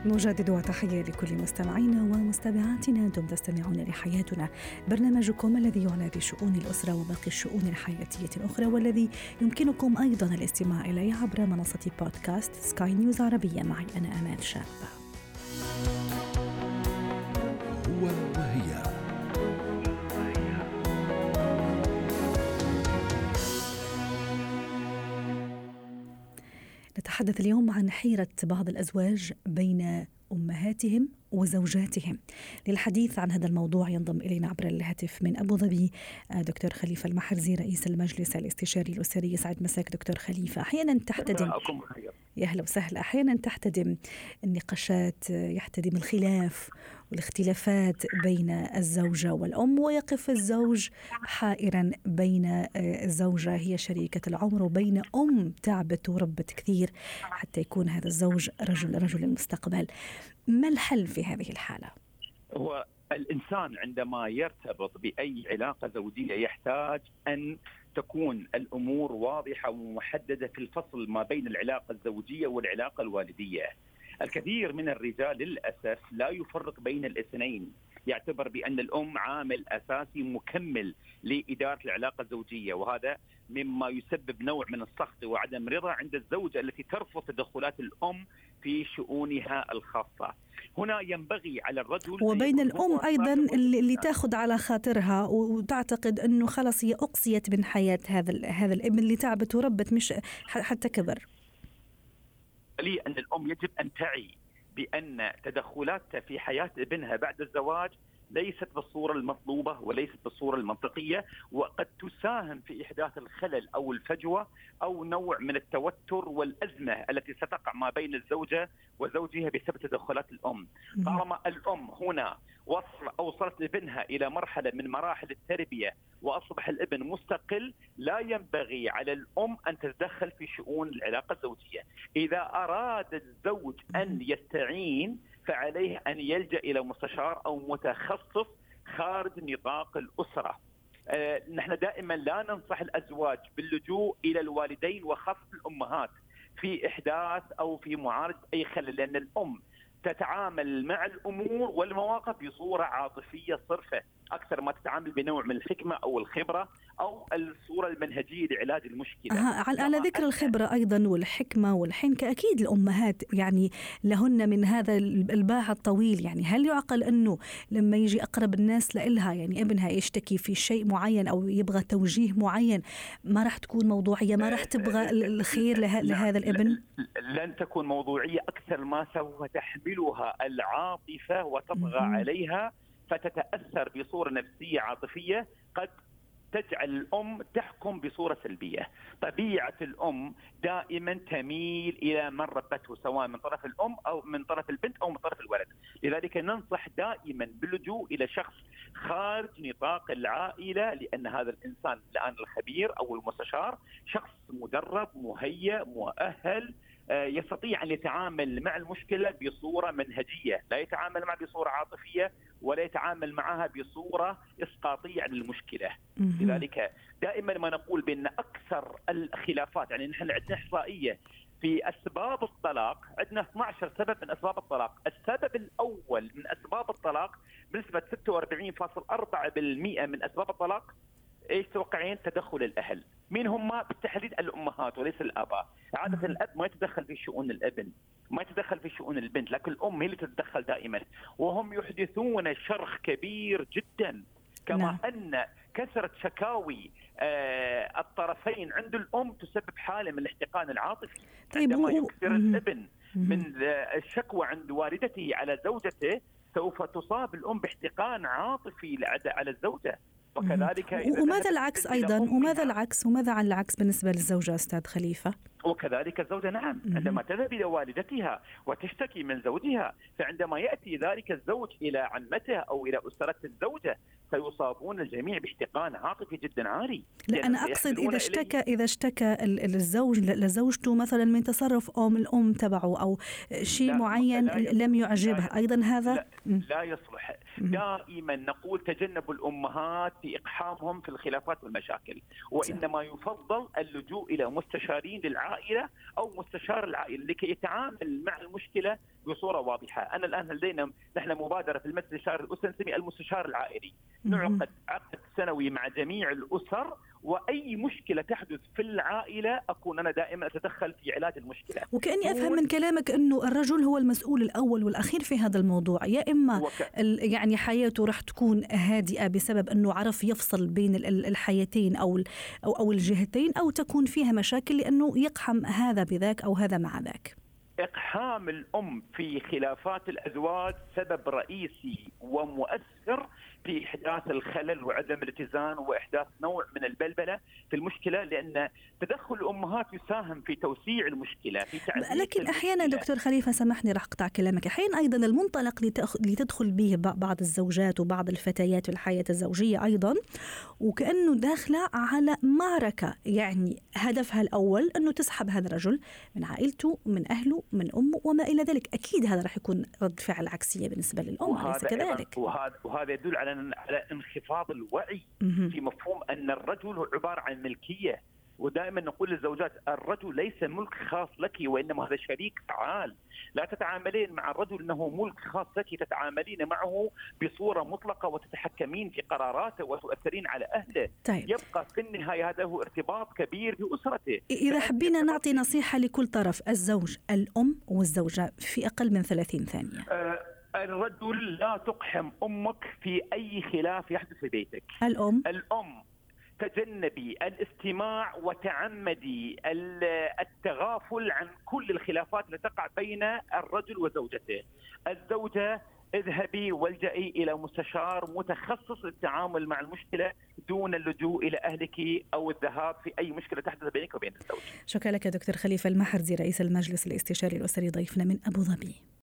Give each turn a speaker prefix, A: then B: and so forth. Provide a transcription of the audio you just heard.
A: نجدد وتحية لكل مستمعينا ومستمعاتنا. أنتم تستمعون لحياتنا، برنامجكم الذي يعنى بشؤون الأسرة وباقي الشؤون الحياتية الأخرى، والذي يمكنكم أيضا الاستماع إليه عبر منصة بودكاست سكاي نيوز عربية. معي أنا أمال شاب. هو وهي. نتحدث اليوم عن حيرة بعض الأزواج بين أمهاتهم وزوجاتهم. للحديث عن هذا الموضوع ينضم إلينا عبر الهاتف من أبو ظبي دكتور خليفة المحرزي، رئيس المجلس الاستشاري الأسري. يسعد مساك دكتور خليفة. أحيانا تحتدم، يا أهلا وسهلا، أحيانا تحتدم النقاشات، يحتدم الخلاف والاختلافات بين الزوجة والأم، ويقف الزوج حائرا بين الزوجة هي شريكة العمر وبين أم تعبت وربت كثير حتى يكون هذا الزوج رجل المستقبل. ما الحل في هذه الحالة؟
B: هو الإنسان عندما يرتبط بأي علاقة زوجية يحتاج أن تكون الأمور واضحة ومحددة في الفصل ما بين العلاقة الزوجية والعلاقة الوالدية. الكثير من الرجال للأسف لا يفرق بين الاثنين، يعتبر بأن الأم عامل أساسي مكمل لإدارة العلاقة الزوجية، وهذا مما يسبب نوع من السخط وعدم رضا عند الزوجة التي ترفض تدخلات الأم في شؤونها الخاصة. هنا ينبغي على الرجل
A: وبين الأم أيضا اللي تأخذ على خاطرها وتعتقد أنه خلص هي أقصيت من حياة هذا الابن اللي تعبت وربت مش حتى كبر.
B: لي أن الأم يجب أن تعي بأن تدخلاتها في حياة ابنها بعد الزواج ليست بالصورة المطلوبة وليست بالصورة المنطقية، وقد تساهم في إحداث الخلل أو الفجوة أو نوع من التوتر والأزمة التي ستقع ما بين الزوجة وزوجها بسبب تدخلات الأم. طالما الأم هنا أوصلت ابنها إلى مرحلة من مراحل التربية وأصبح الابن مستقل، لا ينبغي على الأم أن تتدخل في شؤون العلاقة الزوجية. إذا أراد الزوج أن يستعين فعليه أن يلجأ إلى مستشار أو متخصص خارج نطاق الأسرة. نحن دائما لا ننصح الأزواج باللجوء إلى الوالدين وخاصة الأمهات في إحداث أو في معالجة أي خلل، لأن الأم تتعامل مع الأمور والمواقف بصورة عاطفية صرفة أكثر ما تتعامل بنوع من الحكمة أو الخبرة أو الصورة المنهجية لعلاج المشكلة.
A: على ذكر الخبرة أيضا والحكمة والحنكة، أكيد الأمهات يعني لهن من هذا الباع الطويل. يعني هل يعقل أنه لما يجي أقرب الناس لإلها يعني ابنها يشتكي في شيء معين أو يبغى توجيه معين، ما راح تكون موضوعية، ما راح تبغى الخير لهذا الابن؟
B: لن تكون موضوعية، أكثر ما سوف تحملها العاطفة وتطغى عليها فتتأثر بصورة نفسية عاطفية قد تجعل الأم تحكم بصورة سلبية. طبيعة الأم دائما تميل إلى من ربته، سواء من طرف الأم أو من طرف البنت أو من طرف الولد. لذلك ننصح دائما باللجوء إلى شخص خارج نطاق العائلة، لأن هذا الإنسان الآن الخبير أو المستشار شخص مدرب مهيأ مؤهل، يستطيع أن يتعامل مع المشكلة بصورة منهجية، لا يتعامل معها بصورة عاطفية ولا يتعامل معها بصورة إسقاطية عن المشكلة. لذلك دائما ما نقول بأن أكثر الخلافات، يعني نحن عندنا إحصائية في أسباب الطلاق، عندنا 12 سبب من أسباب الطلاق. السبب الأول من أسباب الطلاق بنسبة 46.4% من أسباب الطلاق ايش توقعين؟ تدخل الأهل. مين هم؟ بالتحديد الأمهات وليس الآباء. عادة الأب ما يتدخل في شؤون الابن، ما يتدخل في شؤون البنت، لكن الأم هي اللي تتدخل دائما، وهم يحدثون شرخ كبير جدا. كما أن كثرة شكاوي الطرفين عند الأم تسبب حالة من الاحتقان العاطفي. عندما يكثر الابن من الشكوى عند والدته على زوجته سوف تصاب الأم باحتقان عاطفي على الزوجة. وكذلك
A: وماذا العكس أيضا؟ وماذا عن العكس بالنسبة للزوجة أستاذ خليفة؟
B: وكذلك الزوجة نعم، عندما تذهب إلى والدتها وتشتكي من زوجها، فعندما يأتي ذلك الزوج إلى عمته أو إلى أسرة الزوجة سيصابون الجميع باحتقان عاطفي جدا عالي.
A: لا أنا أقصد إذا اشتكى الزوج لزوجته مثلا من تصرف الأم تبعه أو شيء معين لم يعجبها، أيضا هذا
B: لا يصلح. دائما نقول تجنبوا الأمهات في إقحامهم في الخلافات والمشاكل، وإنما يفضل اللجوء إلى مستشارين للعائلة العائلة أو مستشار العائلة لكي يتعامل مع المشكلة بصورة واضحة. أنا الآن لدينا نحن مبادرة في المجلس الإشاري الأسري نسمي المستشار العائلي، نعقد عقد سنوي مع جميع الأسر، وأي مشكلة تحدث في العائلة أكون أنا دائما أتدخل في علاج المشكلة.
A: وكأني أفهم من كلامك أنه الرجل هو المسؤول الأول والأخير في هذا الموضوع، يا إما يعني حياته رح تكون هادئة بسبب أنه عرف يفصل بين الحياتين أو الجهتين، أو تكون فيها مشاكل لأنه يقحم هذا بذاك أو هذا مع ذاك.
B: إقحام الأم في خلافات الأزواج سبب رئيسي ومؤثر في إحداث الخلل وعدم الاتزان وإحداث نوع من البلبلة في المشكلة، لأن تدخل الأمهات يساهم في توسيع المشكلة في
A: لكن أحيانا دكتور خليفة سامحني رح أقطع كلامك، أحيانا أيضا المنطلق اللي تدخل به بعض الزوجات وبعض الفتيات في الحياة الزوجية أيضا وكأنه داخلة على معركة، يعني هدفها الأول أنه تسحب هذا الرجل من عائلته من أهله من أمه وما إلى ذلك. أكيد هذا رح يكون رد فعل عكسية بالنسبة للأم، أليس كذلك؟
B: وهذا يدل على انخفاض الوعي في مفهوم أن الرجل عبارة عن ملكية. ودائما نقول للزوجات الرجل ليس ملك خاص لك، وإنما هذا شريك فعال. لا تتعاملين مع الرجل أنه ملك خاص لك، تتعاملين معه بصورة مطلقة وتتحكمين في قراراته وتؤثرين على أهله.
A: طيب.
B: يبقى في النهاية هذا هو ارتباط كبير بأسرته.
A: إذا حبينا نعطي نصيحة لكل طرف، الزوج الأم والزوجة في أقل من 30 ثانية.
B: الرجل لا تقحم أمك في أي خلاف يحدث في بيتك.
A: الأم
B: تجنبي الاستماع وتعمدي التغافل عن كل الخلافات التي تقع بين الرجل وزوجته. الزوجة اذهبي والجئي إلى مستشار متخصص للتعامل مع المشكلة دون اللجوء إلى أهلك أو الذهاب في أي مشكلة تحدث بينك وبين الزوج.
A: شكرا لك دكتور خليفة المحرزي رئيس المجلس الاستشاري الأسري ضيفنا من أبو ظبي.